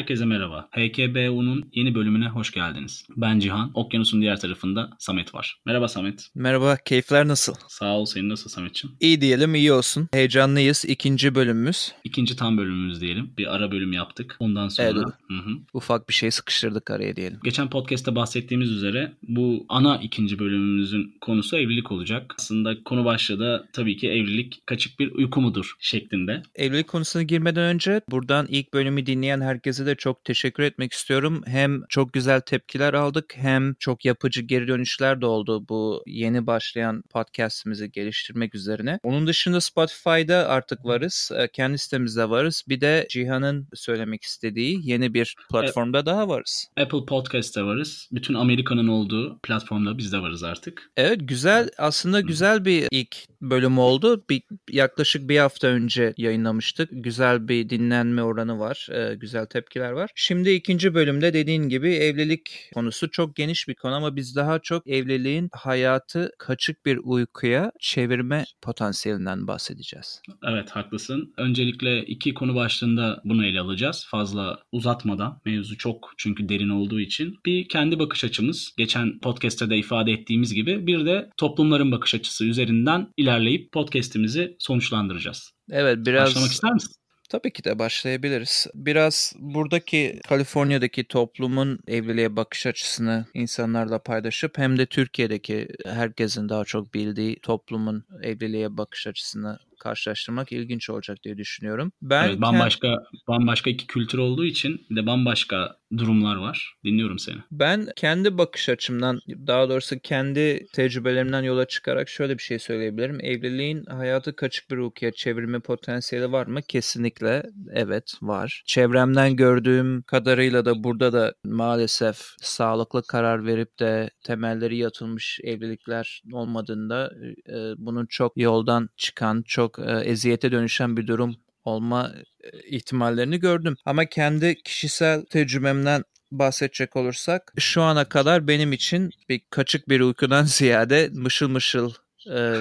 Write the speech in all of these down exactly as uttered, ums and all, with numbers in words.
Herkese merhaba. H K B U'nun yeni bölümüne hoş geldiniz. Ben Cihan, okyanusun diğer tarafında Samet var. Merhaba Samet. Merhaba, keyifler nasıl? Sağ ol, senin nasıl Samet'ciğim? İyi diyelim, iyi olsun. Heyecanlıyız, ikinci bölümümüz. İkinci tam bölümümüz diyelim. Bir ara bölüm yaptık. Ondan sonra... Evet, hı hı. ufak bir şey sıkıştırdık araya diyelim. Geçen podcast'ta bahsettiğimiz üzere bu ana ikinci bölümümüzün konusu evlilik olacak. Aslında konu başlığı da tabii ki evlilik kaçık bir uyku mudur şeklinde. Evlilik konusuna girmeden önce buradan ilk bölümü dinleyen herkese de çok teşekkür etmek istiyorum. Hem çok güzel tepkiler aldık hem çok yapıcı geri dönüşler de oldu bu yeni başlayan podcast'imizi geliştirmek üzerine. Onun dışında Spotify'da artık varız. Kendi sitemizde varız. Bir de Cihan'ın söylemek istediği yeni bir platformda evet. daha varız. Apple Podcast'ta varız. Bütün Amerika'nın olduğu platformda biz de varız artık. Evet, güzel. Aslında güzel bir ilk bölüm oldu. Bir, yaklaşık bir hafta önce yayınlamıştık. Güzel bir dinlenme oranı var. Ee, güzel tepkiler var. Şimdi ikinci bölümde dediğin gibi evlilik konusu çok geniş bir konu ama biz daha çok evliliğin hayatı kaçık bir uykuya çevirme potansiyelinden bahsedeceğiz. Evet, haklısın. Öncelikle iki konu başlığında bunu ele alacağız. Fazla uzatmadan. Mevzu çok çünkü derin olduğu için. Bir kendi bakış açımız. Geçen podcast'te de ifade ettiğimiz gibi. Bir de toplumların bakış açısı üzerinden ilerleyip podcast'imizi sonuçlandıracağız. Evet, biraz... Başlamak ister misin? Tabii ki de başlayabiliriz. Biraz buradaki Kaliforniya'daki toplumun evliliğe bakış açısını insanlarla paylaşıp hem de Türkiye'deki herkesin daha çok bildiği toplumun evliliğe bakış açısını karşılaştırmak ilginç olacak diye düşünüyorum. Ben evet, bambaşka kend... bambaşka iki kültür olduğu için bir de bambaşka durumlar var. Dinliyorum seni. Ben kendi bakış açımdan, daha doğrusu kendi tecrübelerimden yola çıkarak şöyle bir şey söyleyebilirim. Evliliğin hayatı kaçık bir uykuya çevirme potansiyeli var mı? Kesinlikle evet var. Çevremden gördüğüm kadarıyla da burada da maalesef sağlıklı karar verip de temelleri yatılmış evlilikler olmadığında e, bunun çok yoldan çıkan, çok e, eziyete dönüşen bir durum olma ihtimallerini gördüm. Ama kendi kişisel tecrübemden bahsedecek olursak şu ana kadar benim için bir kaçık bir uykudan ziyade mışıl mışıl e,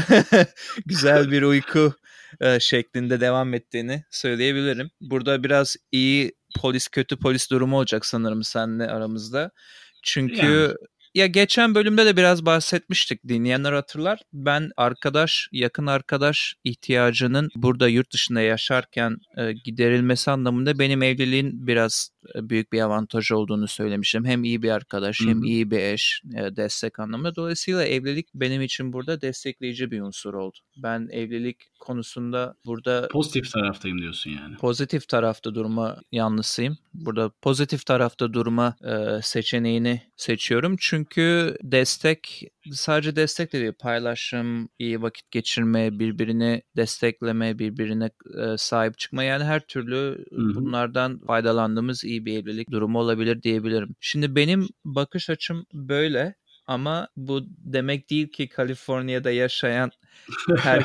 güzel bir uyku e, şeklinde devam ettiğini söyleyebilirim. Burada biraz iyi polis kötü polis durumu olacak sanırım seninle aramızda. Çünkü yani. Ya geçen bölümde de biraz bahsetmiştik, dinleyenler hatırlar. Ben arkadaş, yakın arkadaş ihtiyacının burada yurt dışında yaşarken e, giderilmesi anlamında benim evliliğin biraz e, büyük bir avantaj olduğunu söylemiştim. Hem iyi bir arkadaş, Hı-hı. hem iyi bir eş, e, destek anlamında. Dolayısıyla evlilik benim için burada destekleyici bir unsur oldu. Ben evlilik konusunda burada... Pozitif taraftayım diyorsun yani. Pozitif tarafta durma yanlısıyım. Burada pozitif tarafta durma e, seçeneğini seçiyorum. Çünkü destek, sadece destek de değil, paylaşım, iyi vakit geçirme, birbirini destekleme, birbirine e, sahip çıkma, yani her türlü Hı-hı. bunlardan faydalandığımız iyi bir evlilik durumu olabilir diyebilirim. Şimdi benim bakış açım böyle. Ama bu demek değil ki Kaliforniya'da yaşayan her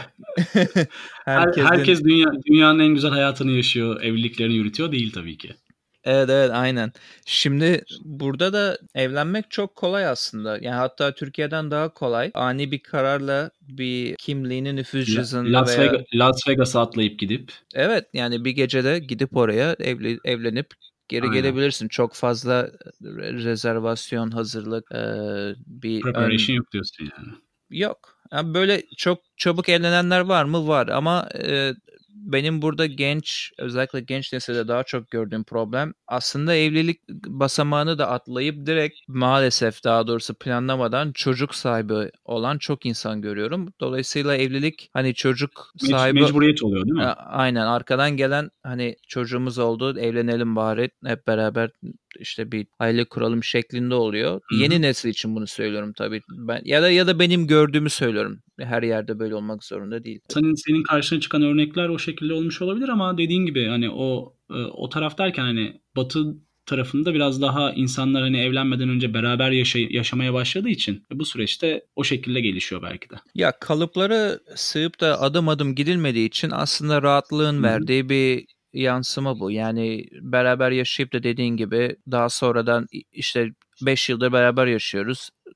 herkesin... herkes dünya dünyanın en güzel hayatını yaşıyor, evliliklerini yürütüyor değil tabii ki. Evet evet aynen. Şimdi burada da evlenmek çok kolay aslında. Yani hatta Türkiye'den daha kolay. Ani bir kararla bir kimliğini nüfus cüzdanına Las, veya... Vegas, Las Vegas'a atlayıp gidip. Evet, yani bir gecede gidip oraya evli, evlenip geri Aynen. gelebilirsin. Çok fazla rezervasyon, hazırlık, e, bir preparation ön... yok diyorsun yani. Yok. Yani böyle çok çabuk evlenenler var mı? Var ama e, benim burada genç, özellikle genç nesilde daha çok gördüğüm problem aslında evlilik basamağını da atlayıp direkt, maalesef daha doğrusu planlamadan çocuk sahibi olan çok insan görüyorum. Dolayısıyla evlilik hani çocuk sahibi... Mecburiyet oluyor değil mi? Aynen, arkadan gelen hani çocuğumuz oldu, evlenelim bari hep beraber işte bir aile kuralım şeklinde oluyor. Hı-hı. Yeni nesil için bunu söylüyorum tabii. Ben ya da ya da benim gördüğümü söylüyorum. Her yerde böyle olmak zorunda değil. Senin senin karşına çıkan örnekler o şekilde olmuş olabilir ama dediğin gibi hani o o taraf derken hani Batı tarafında biraz daha insanlar hani evlenmeden önce beraber yaşay- yaşamaya başladığı için bu süreçte o şekilde gelişiyor belki de. Ya kalıpları sığıp da adım adım gidilmediği için aslında rahatlığın Hı-hı. verdiği bir yansıma bu. Yani beraber yaşayıp da dediğin gibi daha sonradan işte beş yıldır beraber yaşıyoruz.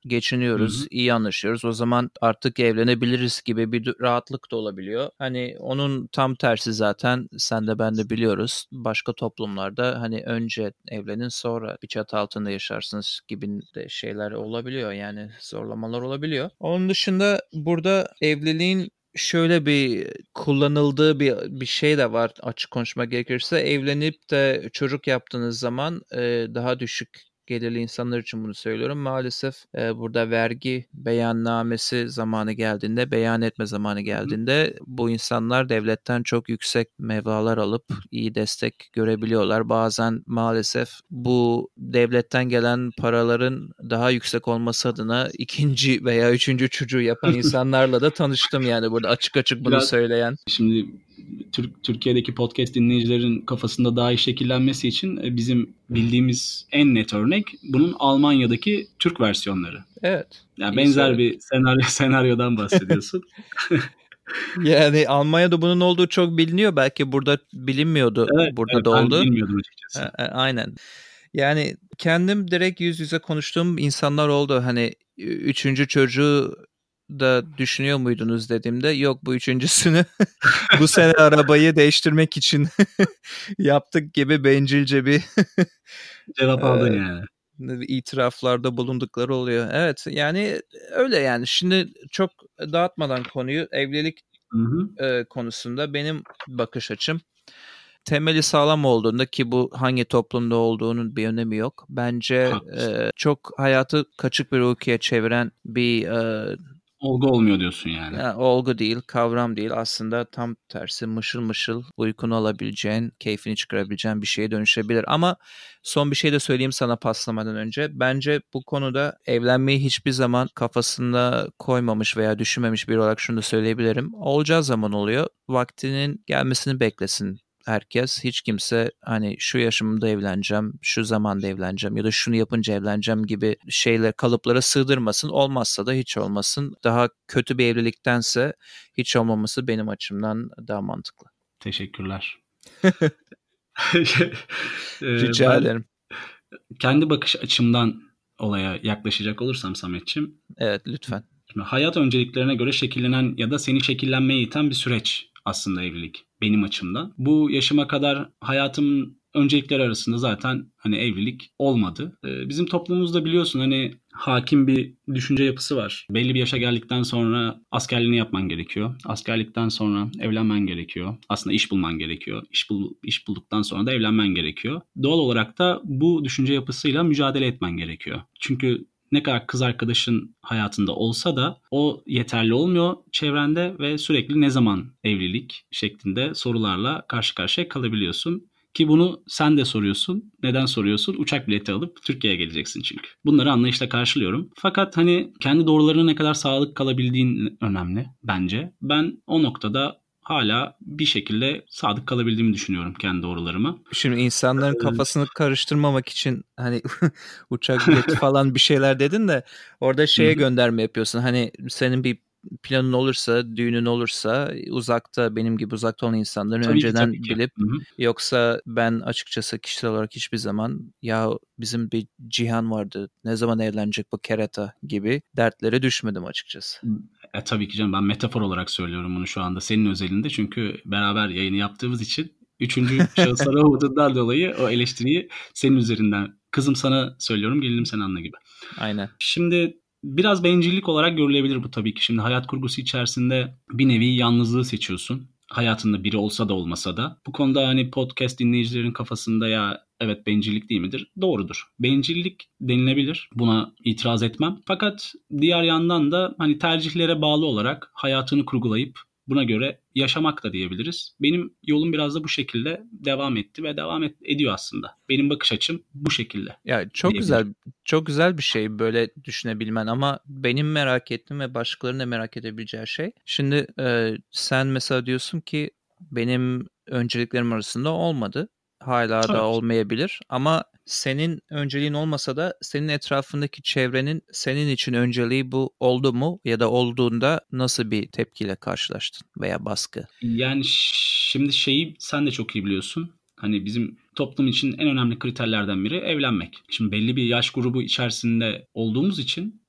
geçiniyoruz, Hı hı. iyi anlaşıyoruz. O zaman artık evlenebiliriz gibi bir rahatlık da olabiliyor. Hani onun tam tersi zaten sen de ben de biliyoruz. Başka toplumlarda hani önce evlenin sonra bir çatı altında yaşarsınız gibi de şeyler olabiliyor. Yani zorlamalar olabiliyor. Onun dışında burada evliliğin şöyle bir kullanıldığı bir bir şey de var açık konuşmak gerekirse. Evlenip de çocuk yaptığınız zaman e, daha düşük gelirli insanlar için bunu söylüyorum. Maalesef e, burada vergi beyannamesi zamanı geldiğinde, beyan etme zamanı geldiğinde bu insanlar devletten çok yüksek mevlalar alıp iyi destek görebiliyorlar. Bazen maalesef bu devletten gelen paraların daha yüksek olması adına ikinci veya üçüncü çocuğu yapan insanlarla da tanıştım yani burada açık açık bunu Biraz söyleyen. şimdi Türk Türkiye'deki podcast dinleyicilerin kafasında daha iyi şekillenmesi için e, bizim bildiğimiz en net örnek bunun Almanya'daki Türk versiyonları. Evet. Yani iyi benzer söyledin. bir senaryo senaryodan bahsediyorsun. Yani Almanya'da bunun olduğu çok biliniyor. Belki burada bilinmiyordu. Evet, Burada evet da ben oldu. bilmiyordum E, açıkçası. e, Aynen. Yani kendim direkt yüz yüze konuştuğum insanlar oldu. Hani üçüncü çocuğu da düşünüyor muydunuz dediğimde yok bu üçüncüsünü bu sene arabayı değiştirmek için yaptık gibi bencilce bir Cevap aldın e, yani. itiraflarda bulundukları oluyor. Evet yani öyle yani. Şimdi çok dağıtmadan konuyu evlilik Hı hı. e, konusunda benim bakış açım temeli sağlam olduğunda ki bu hangi toplumda olduğunun bir önemi yok. Bence Haklısın. e, çok hayatı kaçık bir uykuya çeviren bir e, Olgu olmuyor diyorsun yani. ya, olgu değil, kavram değil. Aslında tam tersi mışıl mışıl uykunu alabileceğin, keyfini çıkarabileceğin bir şeye dönüşebilir. Ama son bir şey de söyleyeyim sana paslamadan önce. Bence bu konuda evlenmeyi hiçbir zaman kafasında koymamış veya düşünmemiş biri olarak şunu da söyleyebilirim. Olacağı zaman oluyor. Vaktinin gelmesini beklesin herkes. Hiç kimse hani şu yaşımda evleneceğim, şu zamanda evleneceğim ya da şunu yapınca evleneceğim gibi şeyler kalıplara sığdırmasın. Olmazsa da hiç olmasın. Daha kötü bir evliliktense hiç olmaması benim açımdan daha mantıklı. Teşekkürler. Ee, Rica ben ederim. kendi bakış açımdan olaya yaklaşacak olursam Sametçim, Evet lütfen. şimdi hayat önceliklerine göre şekillenen ya da seni şekillenmeye iten bir süreç aslında evlilik benim açımdan. Bu yaşıma kadar hayatımın öncelikleri arasında zaten hani evlilik olmadı. Ee, bizim toplumumuzda biliyorsun hani hakim bir düşünce yapısı var. Belli bir yaşa geldikten sonra askerliğini yapman gerekiyor. Askerlikten sonra evlenmen gerekiyor. Aslında iş bulman gerekiyor. İş, bul, iş bulduktan sonra da evlenmen gerekiyor. Doğal olarak da bu düşünce yapısıyla mücadele etmen gerekiyor. Çünkü ne kadar kız arkadaşın hayatında olsa da o yeterli olmuyor çevrende ve sürekli ne zaman evlilik şeklinde sorularla karşı karşıya kalabiliyorsun. Ki bunu sen de soruyorsun. Neden soruyorsun? Uçak bileti alıp Türkiye'ye geleceksin çünkü. Bunları anlayışla karşılıyorum. Fakat hani kendi doğrularına ne kadar sadık kalabildiğin önemli bence. Ben o noktada hala bir şekilde sadık kalabildiğimi düşünüyorum kendi doğrularıma. Şimdi insanların kafasını karıştırmamak için hani uçak bileti falan bir şeyler dedin de orada şeye gönderme yapıyorsun. Hani senin bir planın olursa, düğünün olursa uzakta benim gibi uzakta olan insanların Tabii ki önceden tabii ki. bilip Hı hı. yoksa ben açıkçası kişisel olarak hiçbir zaman ya bizim bir Cihan vardı ne zaman evlenecek bu kerata gibi dertlere düşmedim açıkçası. E, tabii ki canım ben metafor olarak söylüyorum bunu şu anda senin özelinde çünkü beraber yayını yaptığımız için üçüncü şahıslar olmadığından dolayı o eleştiriyi senin üzerinden kızım sana söylüyorum gelinim sen anla gibi. Aynen. Şimdi biraz bencillik olarak görülebilir bu tabii ki. Şimdi hayat kurgusu içerisinde bir nevi yalnızlığı seçiyorsun. Hayatında biri olsa da olmasa da. Bu konuda hani podcast dinleyicilerin kafasında ya evet bencillik değil midir? Doğrudur. Bencillik denilebilir. Buna itiraz etmem. Fakat diğer yandan da hani tercihlere bağlı olarak hayatını kurgulayıp buna göre yaşamak da diyebiliriz. Benim yolum biraz da bu şekilde devam etti ve devam et, ediyor aslında. Benim bakış açım bu şekilde. Ya çok güzel, çok güzel bir şey böyle düşünebilmen ama benim merak ettiğim ve başkalarının da merak edebileceği şey. Şimdi e, sen mesela diyorsun ki benim önceliklerim arasında olmadı. Hala da Evet. olmayabilir ama senin önceliğin olmasa da senin etrafındaki çevrenin senin için önceliği bu oldu mu ya da olduğunda nasıl bir tepkiyle karşılaştın veya baskı? Yani şimdi şeyi sen de çok iyi biliyorsun. Hani bizim toplum için en önemli kriterlerden biri evlenmek. Şimdi belli bir yaş grubu içerisinde olduğumuz için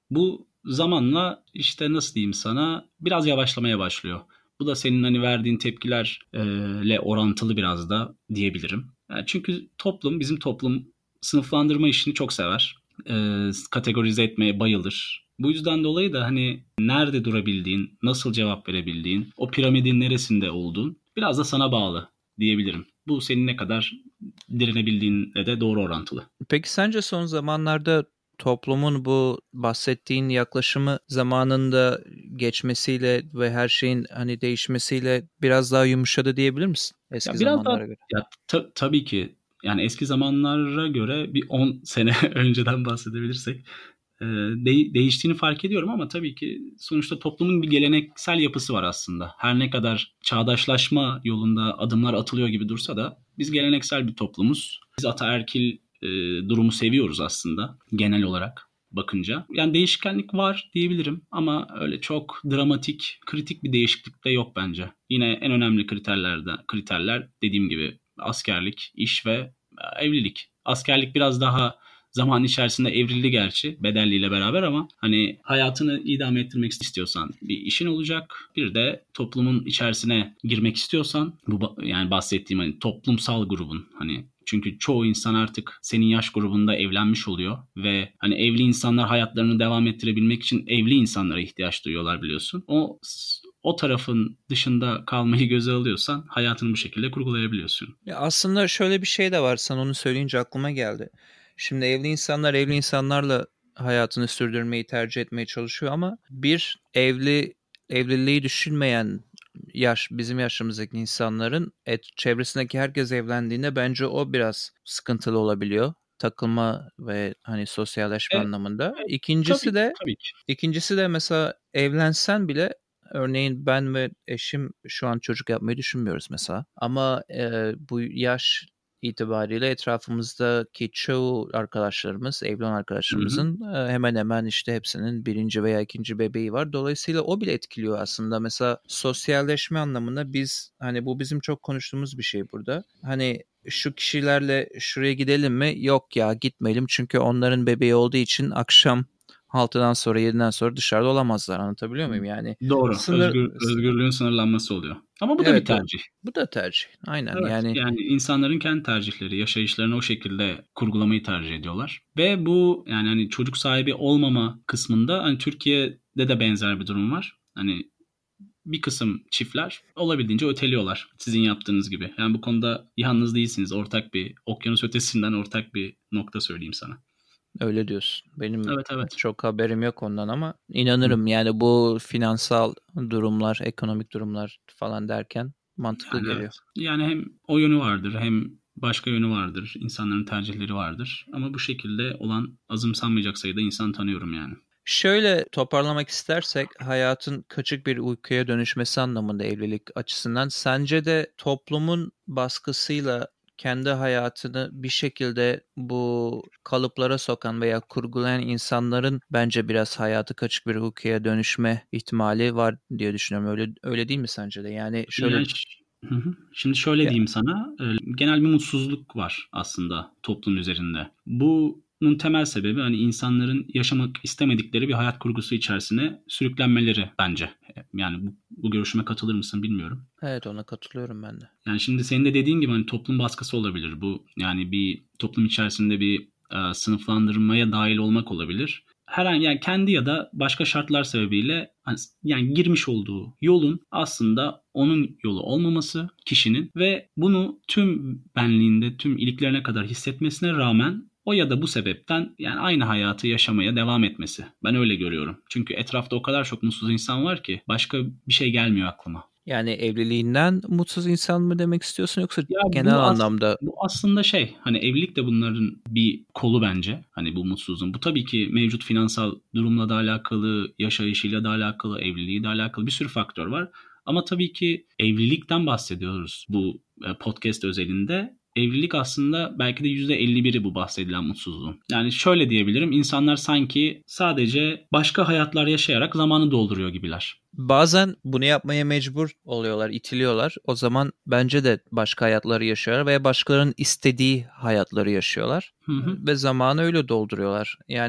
Bu zamanla işte nasıl diyeyim sana biraz yavaşlamaya başlıyor. Bu da senin hani verdiğin tepkilerle orantılı biraz da diyebilirim. Yani çünkü toplum, bizim toplum sınıflandırma işini çok sever. Ee, kategorize etmeye bayılır. Bu yüzden dolayı da hani nerede durabildiğin, nasıl cevap verebildiğin, o piramidin neresinde olduğun biraz da sana bağlı diyebilirim. Bu senin ne kadar direnebildiğinle de doğru orantılı. Peki sence son zamanlarda toplumun bu bahsettiğin yaklaşımı zamanında geçmesiyle ve her şeyin hani değişmesiyle biraz daha yumuşadı diyebilir misin eski Ya biraz daha zamanlara göre? ya ta- tabii ki yani eski zamanlara göre bir on sene önceden bahsedebilirsek e, de- değiştiğini fark ediyorum ama tabii ki sonuçta toplumun bir geleneksel yapısı var aslında. Her ne kadar çağdaşlaşma yolunda adımlar atılıyor gibi dursa da biz geleneksel bir toplumuz. Biz ataerkil e, durumu seviyoruz aslında genel olarak bakınca. Yani değişkenlik var diyebilirim ama öyle çok dramatik, kritik bir değişiklik de yok bence. Yine en önemli kriterlerden kriterler dediğim gibi askerlik, iş ve e, evlilik. Askerlik biraz daha zaman içerisinde evrildi gerçi bedelliyle beraber ama hani hayatını idame ettirmek istiyorsan bir işin olacak. Bir de toplumun içerisine girmek istiyorsan bu yani bahsettiğim hani toplumsal grubun hani çünkü çoğu insan artık senin yaş grubunda evlenmiş oluyor ve hani evli insanlar hayatlarını devam ettirebilmek için evli insanlara ihtiyaç duyuyorlar biliyorsun. O o tarafın dışında kalmayı göze alıyorsan hayatını bu şekilde kurgulayabiliyorsun. Ya aslında şöyle bir şey de var. Sen onu söyleyince aklıma geldi. Şimdi evli insanlar evli insanlarla hayatını sürdürmeyi tercih etmeye çalışıyor ama bir evli evliliği düşünmeyen yaş bizim yaşımızdaki insanların et, çevresindeki herkes evlendiğinde bence o biraz sıkıntılı olabiliyor. Takılma ve hani sosyalleşme E, anlamında. e, tabii İkincisi ki, de tabii ki. ikincisi de mesela evlensen bile örneğin ben ve eşim şu an çocuk yapmayı düşünmüyoruz mesela. Ama e, bu yaş itibariyle etrafımızdaki çoğu arkadaşlarımız, evli olan Hı hı. arkadaşlarımızın e, hemen hemen işte hepsinin birinci veya ikinci bebeği var. Dolayısıyla o bile etkiliyor aslında. Mesela sosyalleşme anlamında biz hani bu bizim çok konuştuğumuz bir şey burada. Hani şu kişilerle şuraya gidelim mi? Yok ya gitmeyelim çünkü onların bebeği olduğu için akşam altıdan sonra yediden sonra dışarıda olamazlar. Anlatabiliyor muyum? Yani Doğru. sınır Özgür, özgürlüğün sınırlanması oluyor. Ama bu da bir evet bu tercih. bu da tercih. Aynen Evet. yani Yani insanların kendi tercihleri, yaşayışlarını o şekilde kurgulamayı tercih ediyorlar. Ve bu yani hani çocuk sahibi olmama kısmında hani Türkiye'de de benzer bir durum var. Hani bir kısım çiftler olabildiğince öteliyorlar sizin yaptığınız gibi. Yani bu konuda yalnız değilsiniz. Ortak bir okyanus ötesinden ortak bir nokta söyleyeyim sana. öyle diyorsun. Benim Evet, evet. çok haberim yok ondan ama Hı. inanırım yani bu finansal durumlar, ekonomik durumlar falan derken mantıklı Yani geliyor. evet. Yani hem o yönü vardır hem başka yönü vardır. İnsanların tercihleri vardır. Ama bu şekilde olan azımsanmayacak sayıda insan tanıyorum yani. Şöyle toparlamak istersek hayatın kaçık bir uykuya dönüşmesi anlamında evlilik açısından sence de toplumun baskısıyla kendi hayatını bir şekilde bu kalıplara sokan veya kurgulayan insanların bence biraz hayatı kaçık bir uykuya dönüşme ihtimali var diye düşünüyorum. Öyle öyle değil mi sence de? Yani şöyle Yani ş- hı hı. Şimdi şöyle ya, diyeyim sana. e, Genel bir mutsuzluk var aslında toplum üzerinde. Bunun temel sebebi hani insanların yaşamak istemedikleri bir hayat kurgusu içerisine sürüklenmeleri bence. Yani bu, bu görüşüme katılır mısın bilmiyorum. evet ona katılıyorum ben de. Yani şimdi senin de dediğin gibi hani toplum baskısı olabilir. Bu yani bir toplum içerisinde bir e, sınıflandırmaya dahil olmak olabilir. Herhangi yani kendi ya da başka şartlar sebebiyle hani, yani girmiş olduğu yolun aslında onun yolu olmaması kişinin ve bunu tüm benliğinde tüm iliklerine kadar hissetmesine rağmen o ya da bu sebepten yani aynı hayatı yaşamaya devam etmesi. Ben öyle görüyorum. Çünkü etrafta o kadar çok mutsuz insan var ki başka bir şey gelmiyor aklıma. Yani evliliğinden mutsuz insan mı demek istiyorsun yoksa Ya genel bu as anlamda bu aslında şey hani evlilik de bunların bir kolu bence. Hani bu mutsuzluğun. Bu tabii ki mevcut finansal durumla da alakalı, yaşayışıyla da alakalı, evliliği de alakalı bir sürü faktör var. Ama tabii ki evlilikten bahsediyoruz bu e, podcast özelinde. Evlilik aslında belki de yüzde elli biri bu bahsedilen mutsuzluğun. Yani şöyle diyebilirim. İnsanlar sanki sadece başka hayatlar yaşayarak zamanı dolduruyor gibiler. bazen bunu yapmaya mecbur oluyorlar, itiliyorlar. O zaman bence de başka hayatları yaşıyorlar veya başkalarının istediği hayatları yaşıyorlar. Hı hı. Ve zamanı öyle dolduruyorlar. Yani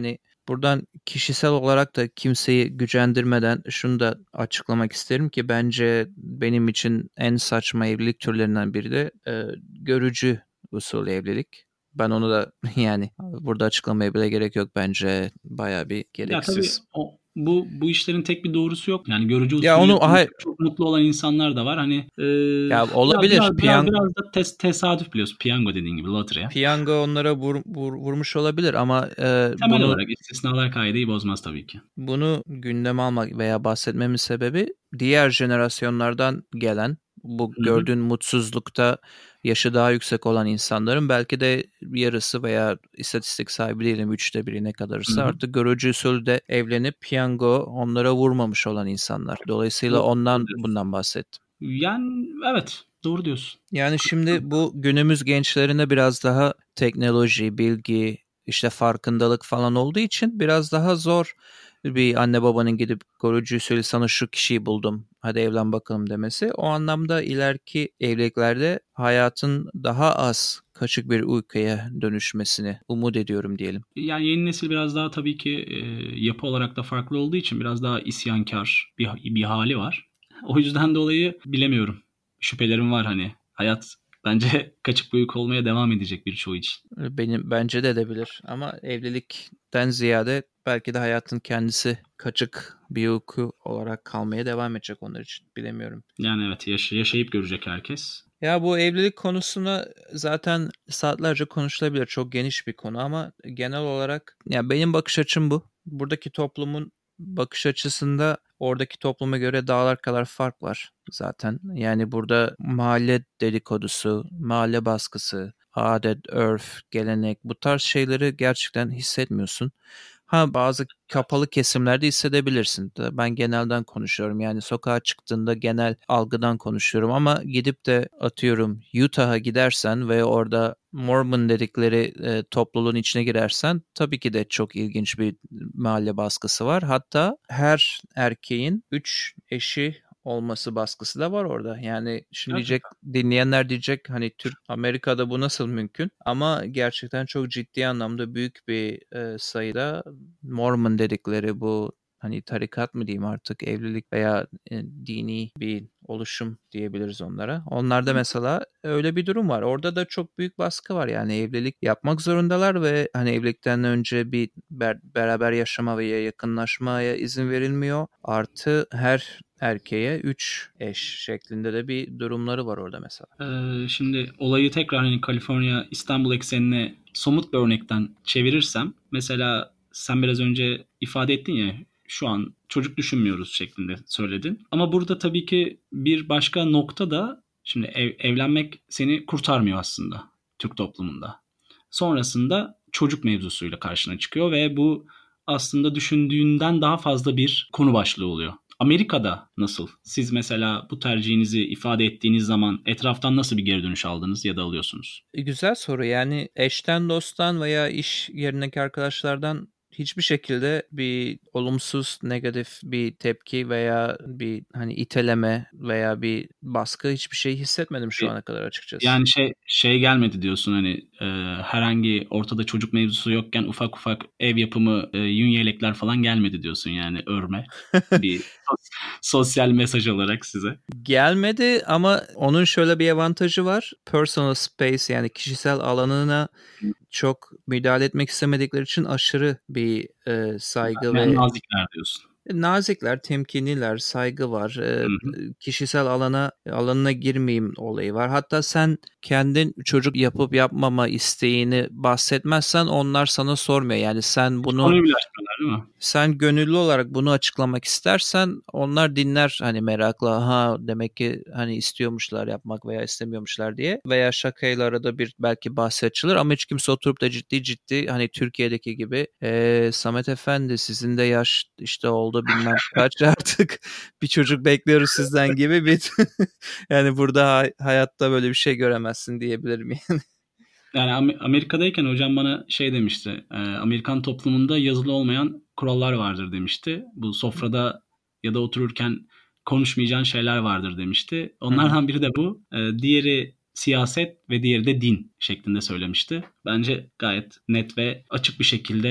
buradan kişisel olarak da kimseyi gücendirmeden şunu da açıklamak isterim ki bence benim için en saçma evlilik türlerinden biri de e, görücü usulü evlilik. Ben onu da yani burada açıklamaya bile gerek yok, bence bayağı bir Ya tabii gereksiz. o, bu bu işlerin tek bir doğrusu yok. Yani görücü Ya usulüyle onu aha, tanışıp çok mutlu olan insanlar da var. Hani e, ya ya olabilir. biraz biraz Piyan, biraz da tes, tesadüf biliyorsun. Piyango dediğin gibi lottery. piyango onlara vur, vur- vurmuş olabilir ama e, Temel bunu olarak istisnalar kaideyi bozmaz tabii ki. bunu gündeme almak veya bahsetmemin sebebi diğer jenerasyonlardan gelen bu Hı hı. gördüğün mutsuzlukta yaşı daha yüksek olan insanların belki de yarısı veya istatistik sahibi değilim üçte biri ne Hı kadarsa hı. artık görücü usulde evlenip piyango onlara vurmamış olan insanlar. Dolayısıyla Doğru, doğru ondan diyorsun. bundan bahsettim. Yani evet doğru diyorsun. Yani şimdi bu günümüz gençlerine biraz daha teknoloji, bilgi, işte farkındalık falan olduğu için biraz daha zor bir anne babanın gidip görücü usulü sana şu kişiyi buldum, hadi evlen bakalım demesi. O anlamda ileriki evliliklerde hayatın daha az kaçık bir uykuya dönüşmesini umut ediyorum diyelim. Yani yeni nesil biraz daha tabii ki e, yapı olarak da farklı olduğu için biraz daha isyankar bir, bir hali var. O yüzden dolayı bilemiyorum. Şüphelerim var hani. Hayat bence kaçık bir uyku olmaya devam edecek birçoğu için. Benim bence de edebilir ama evlilikten ziyade belki de hayatın kendisi kaçık bir uyku olarak kalmaya devam edecek onlar için. Bilemiyorum. Yani evet yaş- yaşayıp görecek herkes. Ya bu evlilik konusuna zaten saatlerce konuşulabilir. Çok geniş bir konu ama genel olarak ya benim bakış açım bu. Buradaki toplumun bakış açısında oradaki topluma göre dağlar kadar fark var zaten. Yani burada mahalle dedikodusu, mahalle baskısı, adet, örf, gelenek bu tarz şeyleri gerçekten hissetmiyorsun. Ha bazı kapalı kesimlerde hissedebilirsin. Ben genelden konuşuyorum. Yani sokağa çıktığında genel algıdan konuşuyorum ama gidip de atıyorum Utah'a gidersen ve orada Mormon dedikleri e, topluluğun içine girersen tabii ki de çok ilginç bir mahalle baskısı var. Hatta her erkeğin üç eşi olması baskısı da var orada. Yani şimdi Evet. diyecek dinleyenler diyecek hani Türk Amerika'da bu nasıl mümkün? Ama gerçekten çok ciddi anlamda büyük bir e, sayıda Mormon dedikleri bu hani tarikat mı diyeyim artık evlilik veya e, dini bir oluşum diyebiliriz onlara. Onlarda mesela öyle bir durum var. Orada da çok büyük baskı var. Yani evlilik yapmak zorundalar ve hani evlilikten önce bir ber- beraber yaşama veya yakınlaşmaya izin verilmiyor. Artı her erkeğe üç eş şeklinde de bir durumları var orada mesela. Ee, şimdi olayı tekrar hani Kaliforniya İstanbul eksenine somut bir örnekten çevirirsem mesela sen biraz önce ifade ettin ya şu an çocuk düşünmüyoruz şeklinde söyledin. Ama burada tabii ki bir başka nokta da şimdi ev, evlenmek seni kurtarmıyor aslında Türk toplumunda. Sonrasında çocuk mevzusuyla karşına çıkıyor ve bu aslında düşündüğünden daha fazla bir konu başlığı oluyor. Amerika'da nasıl? Siz mesela bu tercihinizi ifade ettiğiniz zaman etraftan nasıl bir geri dönüş aldınız ya da alıyorsunuz? E, Güzel soru. Yani eşten, dosttan veya iş yerindeki arkadaşlardan hiçbir şekilde bir olumsuz, negatif bir tepki veya bir hani iteleme veya bir baskı hiçbir şey hissetmedim şu E, ana kadar açıkçası. Yani şey şey gelmedi diyorsun hani e, herhangi ortada çocuk mevzusu yokken ufak ufak ev yapımı e, yün yelekler falan gelmedi diyorsun yani örme bir sos- sosyal mesaj olarak size. Gelmedi ama onun şöyle bir avantajı var. Personal space yani kişisel alanına çok müdahale etmek istemedikleri için aşırı bir e, saygı Yani ve nazikler diyorsun. nazikler, temkinliler, saygı var. Hı Ee, hı. kişisel alana alanına girmeyeyim olayı var. Hatta sen kendin çocuk yapıp yapmama isteğini bahsetmezsen onlar sana sormuyor. Yani sen Hiç bunu konuyu bile açmıyorlar değil mi? sen gönüllü olarak bunu açıklamak istersen onlar dinler hani merakla ha demek ki hani istiyormuşlar yapmak veya istemiyormuşlar diye veya şakayla arada bir belki bahsi açılır ama hiç kimse oturup da ciddi ciddi hani Türkiye'deki gibi "Ee, Samet Efendi sizin de yaş işte oldu bilmem kaç artık bir çocuk bekliyoruz sizden" gibi bir yani burada hay- hayatta böyle bir şey göremezsin diyebilirim yani. Yani Am- Amerika'dayken hocam bana şey demişti. e, Amerikan toplumunda yazılı olmayan kurallar vardır demişti. Bu sofrada ya da otururken konuşmayacağın şeyler vardır demişti. Hı hı. Onlardan biri de bu. E, diğeri siyaset ve diğeri de din şeklinde söylemişti. Bence gayet net ve açık bir şekilde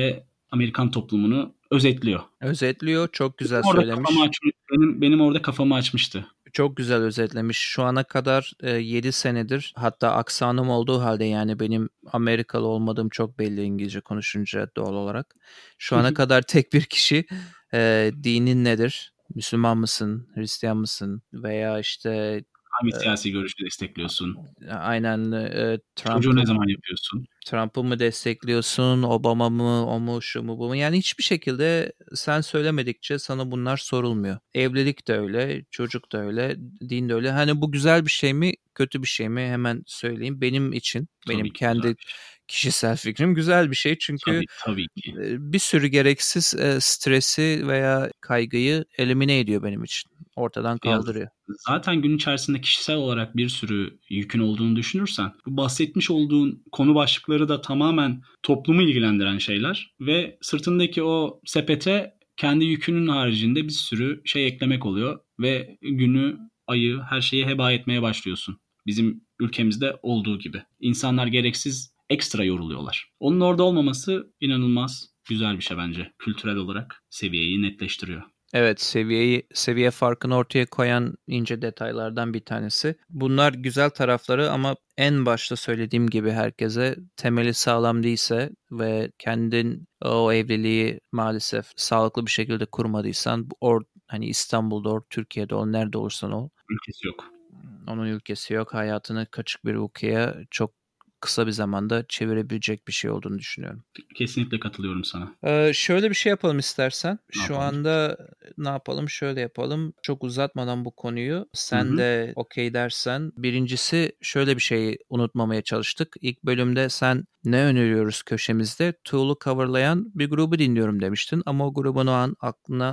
Amerikan toplumunu özetliyor. Özetliyor. Çok güzel Orada söylemiş. kafamı açmış, benim, benim orada kafamı açmıştı. Çok güzel özetlemiş. Şu ana kadar e, yedi senedir, hatta aksanım olduğu halde, yani benim Amerikalı olmadığım çok belli İngilizce konuşunca doğal olarak. Şu ana kadar tek bir kişi e, dinin nedir? Müslüman mısın? Hristiyan mısın? Veya işte Hangi e, siyasi görüşü destekliyorsun? aynen e, Çocuğu Trump'ı ne zaman yapıyorsun? Trump'ı mı destekliyorsun? Obama mı? O mu? Şu mu? Bu mu? Yani hiçbir şekilde sen söylemedikçe sana bunlar sorulmuyor. Evlilik de öyle, çocuk da öyle, din de öyle. Hani bu güzel bir şey mi, kötü bir şey mi? Hemen söyleyeyim. Benim için, benim Tabii ki güzel kendi bir şey. kişisel fikrim güzel bir şey. Çünkü Tabii, tabii ki. e, bir sürü gereksiz e, stresi veya kaygıyı elimine ediyor benim için. Ortadan Ya kaldırıyor. zaten gün içerisinde kişisel olarak bir sürü yükün olduğunu düşünürsen, bu bahsetmiş olduğun konu başlıkları da tamamen toplumu ilgilendiren şeyler ve sırtındaki o sepete kendi yükünün haricinde bir sürü şey eklemek oluyor ve günü, ayı, her şeyi heba etmeye başlıyorsun. Bizim ülkemizde olduğu gibi. İnsanlar gereksiz ekstra yoruluyorlar. Onun orada olmaması inanılmaz güzel bir şey bence. Kültürel olarak seviyeyi netleştiriyor. Evet, seviyeyi seviye farkını ortaya koyan ince detaylardan bir tanesi. Bunlar güzel tarafları ama en başta söylediğim gibi herkese temeli sağlam değilse ve kendin o evliliği maalesef sağlıklı bir şekilde kurmadıysan, or hani İstanbul'da ol, Türkiye'de ol, nerede olursan ol, Ülkesi yok. onun ülkesi yok. Hayatını kaçık bir ülkeye çok kısa bir zamanda çevirebilecek bir şey olduğunu düşünüyorum. Kesinlikle katılıyorum sana. Ee, şöyle bir şey yapalım istersen. Ne Şu yapalım? anda ne yapalım? Şöyle yapalım. Çok uzatmadan bu konuyu, Hı sen hı. de okey dersen. Birincisi, şöyle bir şeyi unutmamaya çalıştık. İlk bölümde sen ne öneriyoruz köşemizde? Tool'u coverlayan bir grubu dinliyorum demiştin. Ama o grubun o an aklına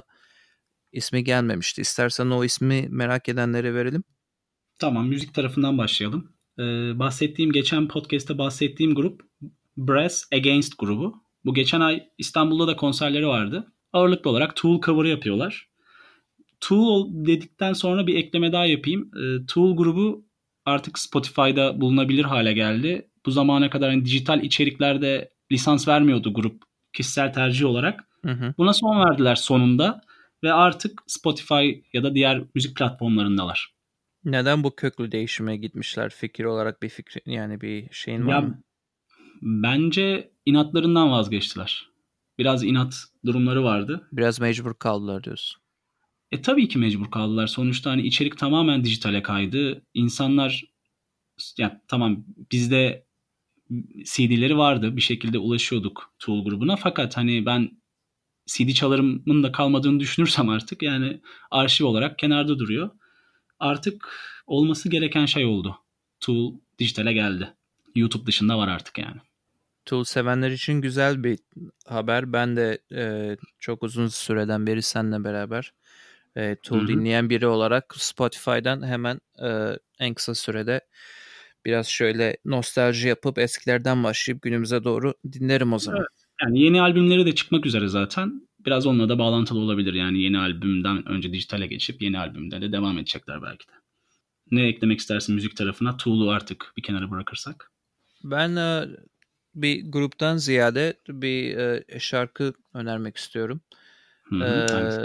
ismi gelmemişti. İstersen o ismi merak edenlere verelim. Tamam, müzik tarafından başlayalım. Ee, bahsettiğim, geçen podcast'te bahsettiğim grup Brass Against grubu. Bu geçen ay İstanbul'da da konserleri vardı. Ağırlıklı olarak Tool cover'ı yapıyorlar. Tool dedikten sonra bir ekleme daha yapayım. Ee, Tool grubu artık Spotify'da bulunabilir hale geldi. Bu zamana kadar hani dijital içeriklerde lisans vermiyordu grup, kişisel tercih olarak. Hı hı. Buna son verdiler sonunda ve artık Spotify ya da diğer müzik platformlarındalar. Neden bu köklü değişime gitmişler? Fikir olarak bir fikri, yani bir şeyin var Ya mı? bence inatlarından vazgeçtiler. Biraz inat durumları vardı. Biraz mecbur kaldılar diyorsun. E tabii ki mecbur kaldılar. Sonuçta hani içerik tamamen dijitale kaydı. İnsanlar, ya tamam, bizde C D'leri vardı. Bir şekilde ulaşıyorduk Tool grubuna. Fakat hani ben C D çalarımın da kalmadığını düşünürsem artık, yani arşiv olarak kenarda duruyor. Artık olması gereken şey oldu. Tool dijitale geldi. YouTube dışında var artık yani. Tool sevenler için güzel bir haber. Ben de e, çok uzun süreden beri seninle beraber e, Hı Tool hı. dinleyen biri olarak Spotify'dan hemen e, en kısa sürede biraz şöyle nostalji yapıp eskilerden başlayıp günümüze doğru dinlerim o zaman. Evet. Yani yeni albümleri de çıkmak üzere zaten. Biraz onunla da bağlantılı olabilir. Yani yeni albümden önce dijitale geçip yeni albümde de devam edecekler belki de. Ne eklemek istersin müzik tarafına? Tool'u artık bir kenara bırakırsak. Ben e, bir gruptan ziyade bir e, şarkı önermek istiyorum. Hı E, hı. Hangisi?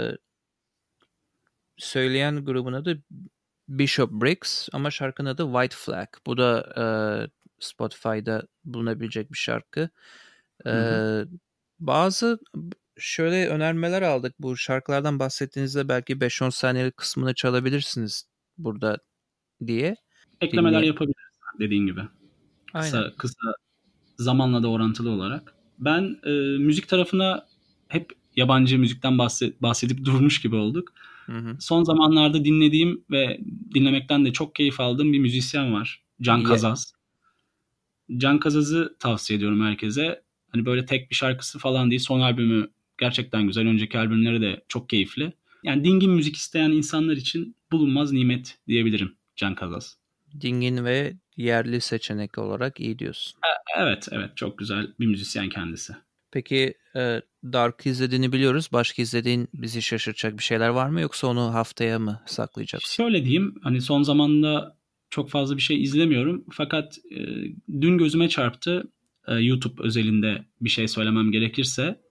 Söyleyen grubun adı Bishop Briggs ama şarkının adı White Flag. Bu da e, Spotify'da bulunabilecek bir şarkı. E, Hı hı. bazı şöyle önermeler aldık. Bu şarkılardan bahsettiğinizde belki beş on saniyelik kısmını çalabilirsiniz burada diye Eklemeler dinleye. yapabiliriz dediğin gibi. Aynen. Kısa kısa, zamanla da orantılı olarak. Ben e, müzik tarafına hep yabancı müzikten bahset, bahsedip durmuş gibi olduk. Hı hı. Son zamanlarda dinlediğim ve dinlemekten de çok keyif aldığım bir müzisyen var. Can Ye- Kazaz. Can Kazaz'ı tavsiye ediyorum herkese. Hani böyle tek bir şarkısı falan değil. Son albümü gerçekten güzel. Önceki albümleri de çok keyifli. Yani dingin müzik isteyen insanlar için bulunmaz nimet diyebilirim Can Kazaz. Dingin ve yerli seçenek olarak iyi diyorsun. Evet, evet, çok güzel bir müzisyen kendisi. Peki e, Dark izlediğini biliyoruz. Başka izlediğin bizi şaşırtacak bir şeyler var mı, yoksa onu haftaya mı saklayacaksın? Şöyle diyeyim, hani son zamanda çok fazla bir şey izlemiyorum. Fakat e, dün gözüme çarptı, e, YouTube özelinde bir şey söylemem gerekirse.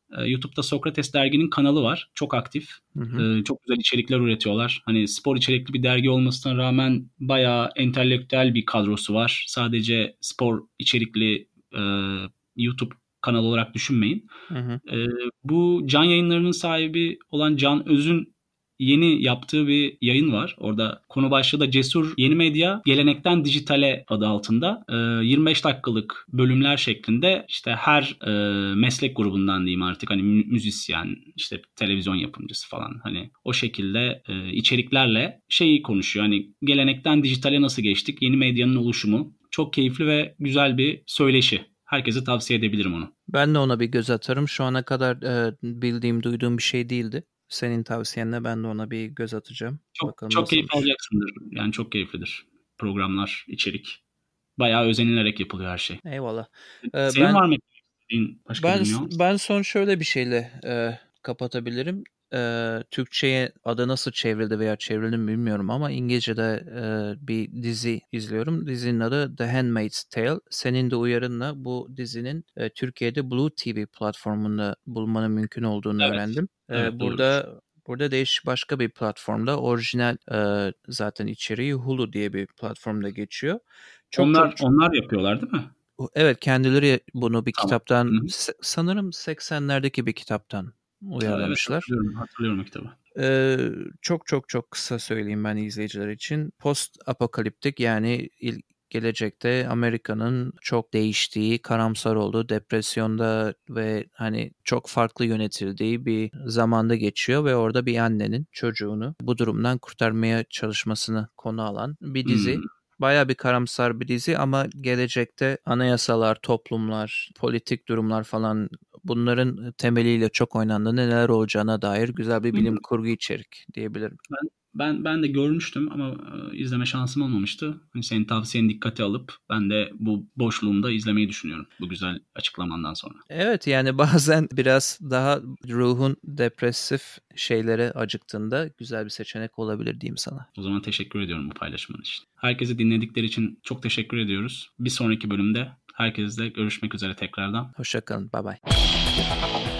E, YouTube'da Sokrates Dergi'nin kanalı var. Çok aktif. Hı hı. E, çok güzel içerikler üretiyorlar. Hani spor içerikli bir dergi olmasına rağmen bayağı entelektüel bir kadrosu var. Sadece spor içerikli e, YouTube kanalı olarak düşünmeyin. Hı hı. E, bu Can Yayınları'nın sahibi olan Can Öz'ün yeni yaptığı bir yayın var. Orada konu başlığı da Cesur Yeni Medya Gelenekten Dijitale adı altında. Ee, yirmi beş dakikalık bölümler şeklinde işte her e, meslek grubundan diyeyim artık hani müzisyen, işte televizyon yapımcısı falan hani o şekilde e, içeriklerle şeyi konuşuyor. Hani gelenekten dijitale nasıl geçtik? Yeni medyanın oluşumu. Çok keyifli ve güzel bir söyleşi. Herkese tavsiye edebilirim onu. Ben de ona bir göz atarım. Şu ana kadar e, bildiğim, duyduğum bir şey değildi. Senin tavsiyenle ben de ona bir göz atacağım. Çok Bakalım çok keyif nasılmış. alacaksındır. Yani çok keyiflidir. Programlar, içerik. Bayağı özenilerek yapılıyor her şey. Eyvallah. E, Senin ben var mı eklediğin başka bir ben nüans? ben son şöyle bir şeyle e, kapatabilirim. E, Türkçe'ye adı nasıl çevrildi veya çevrildi mi bilmiyorum ama İngilizce'de e, bir dizi izliyorum. Dizinin adı The Handmaid's Tale. Senin de uyarınla bu dizinin e, Türkiye'de Blue T V platformunda bulmanın mümkün olduğunu Evet. öğrendim. Evet, E, doğrudur. burada burada değişik başka bir platformda orijinal e, zaten içeriği Hulu diye bir platformda geçiyor. Çok çok Onlar onlar yapıyorlar değil mi? Evet, kendileri bunu bir Tamam. kitaptan Hı hı. s- sanırım seksenlerdeki bir kitaptan Ha, evet, uyarlamışlar. hatırlıyorum. Hatırlıyorum o kitabı. Ee, çok çok çok kısa söyleyeyim ben izleyiciler için. Post apokaliptik yani il- gelecekte Amerika'nın çok değiştiği, karamsar olduğu, depresyonda ve hani çok farklı yönetildiği bir zamanda geçiyor ve orada bir annenin çocuğunu bu durumdan kurtarmaya çalışmasını konu alan bir dizi. Hmm. Bayağı bir karamsar bir dizi ama gelecekte anayasalar, toplumlar, politik durumlar falan bunların temeliyle çok oynandığında neler olacağına dair güzel bir bilim Hmm. kurgu içerik diyebilirim. Ben ben ben de görmüştüm ama e, izleme şansım olmamıştı. Hani senin tavsiyeni dikkate alıp ben de bu boşluğumda izlemeyi düşünüyorum bu güzel açıklamandan sonra. Evet yani bazen biraz daha ruhun depresif şeylere acıktığında güzel bir seçenek olabilir diyeyim sana. O zaman teşekkür ediyorum bu paylaşımın için. Herkese dinledikleri için çok teşekkür ediyoruz. Bir sonraki bölümde herkesle görüşmek üzere tekrardan. Hoşça kalın. Bye bye.